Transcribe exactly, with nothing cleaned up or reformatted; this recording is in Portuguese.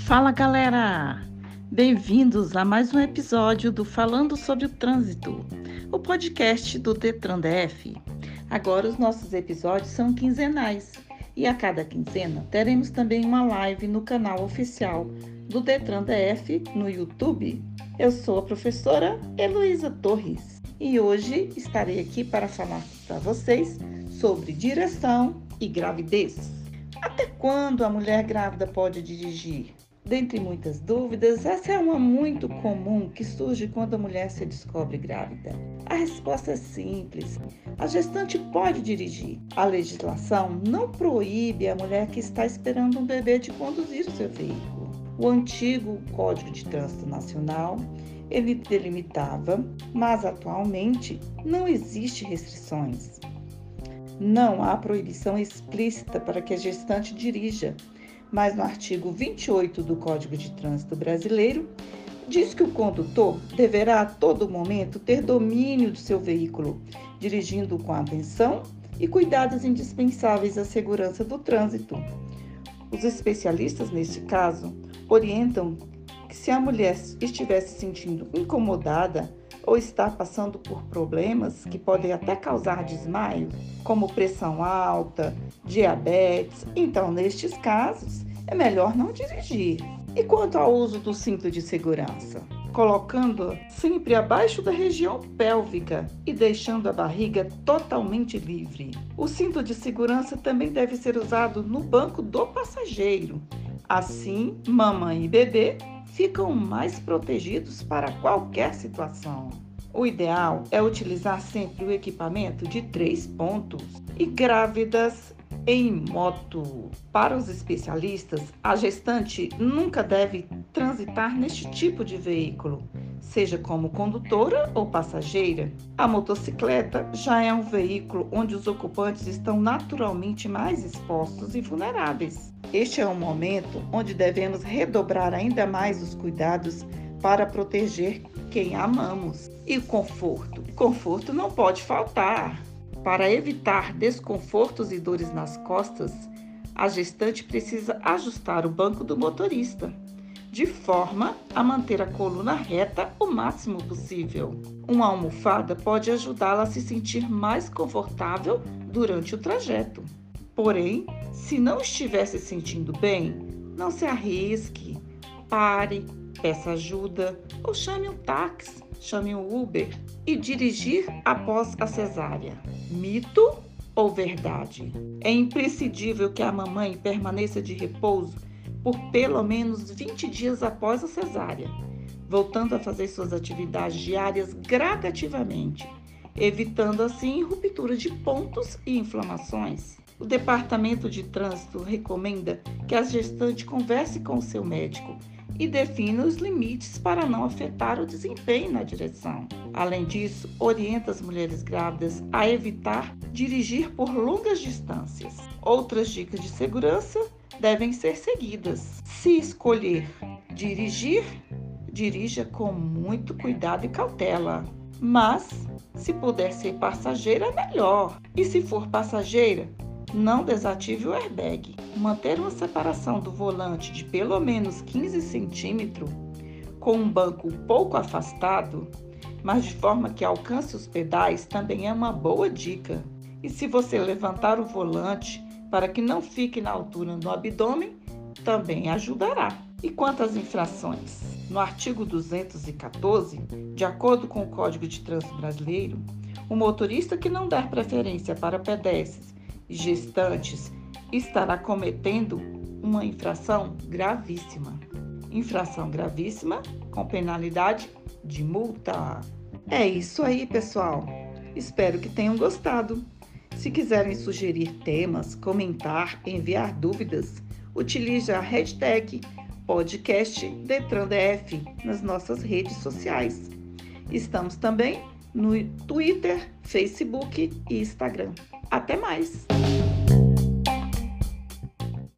Fala, galera! Bem-vindos a mais um episódio do Falando sobre o Trânsito, o podcast do Detran D F. Agora os nossos episódios são quinzenais e a cada quinzena teremos também uma live no canal oficial do Detran D F no YouTube. Eu sou a professora Heloísa Torres e hoje estarei aqui para falar para vocês sobre direção e gravidez. Até quando a mulher grávida pode dirigir? Dentre muitas dúvidas, essa é uma muito comum que surge quando a mulher se descobre grávida. A resposta é simples: a gestante pode dirigir. A legislação não proíbe a mulher que está esperando um bebê de conduzir o seu veículo. O antigo Código de Trânsito Nacional, ele delimitava, mas atualmente não existe restrições. Não há proibição explícita para que a gestante dirija, mas no artigo vinte e oito do Código de Trânsito Brasileiro, diz que o condutor deverá a todo momento ter domínio do seu veículo, dirigindo com atenção e cuidados indispensáveis à segurança do trânsito. Os especialistas, neste caso, orientam que se a mulher estiver se sentindo incomodada ou está passando por problemas que podem até causar desmaio, como pressão alta, diabetes, então, nestes casos, é melhor não dirigir. E quanto ao uso do cinto de segurança? Colocando sempre abaixo da região pélvica e deixando a barriga totalmente livre. O cinto de segurança também deve ser usado no banco do passageiro. Assim, mamãe e bebê ficam mais protegidos para qualquer situação. O ideal é utilizar sempre o equipamento de três pontos e grávidas em moto. Para os especialistas, a gestante nunca deve transitar neste tipo de veículo, seja como condutora ou passageira. A motocicleta já é um veículo onde os ocupantes estão naturalmente mais expostos e vulneráveis. Este é um momento onde devemos redobrar ainda mais os cuidados para proteger quem amamos. E o conforto? O conforto não pode faltar. Para evitar desconfortos e dores nas costas, a gestante precisa ajustar o banco do motorista, de forma a manter a coluna reta o máximo possível. Uma almofada pode ajudá-la a se sentir mais confortável durante o trajeto. Porém, se não estiver se sentindo bem, não se arrisque, pare, peça ajuda ou chame um táxi, chame um Uber e dirigir após a cesárea. Mito ou verdade? É imprescindível que a mamãe permaneça de repouso por pelo menos vinte dias após a cesárea, voltando a fazer suas atividades diárias gradativamente, evitando assim ruptura de pontos e inflamações. O Departamento de Trânsito recomenda que a gestante converse com o seu médico e defina os limites para não afetar o desempenho na direção. Além disso, orienta as mulheres grávidas a evitar dirigir por longas distâncias. Outras dicas de segurança devem ser seguidas. Se escolher dirigir, dirija com muito cuidado e cautela. Mas, se puder ser passageira, melhor. E se for passageira, não desative o airbag. Manter uma separação do volante de pelo menos quinze centímetros, com um banco pouco afastado, mas de forma que alcance os pedais, também é uma boa dica. E se você levantar o volante para que não fique na altura do abdômen, também ajudará. E quanto às infrações? No artigo duzentos e quatorze, de acordo com o Código de Trânsito Brasileiro, o motorista que não der preferência para pedestres e gestantes estará cometendo uma infração gravíssima. Infração gravíssima com penalidade de multa. É isso aí, pessoal. Espero que tenham gostado. Se quiserem sugerir temas, comentar, enviar dúvidas, utilize a hashtag podcast Detran D F nas nossas redes sociais. Estamos também no Twitter, Facebook e Instagram. Até mais!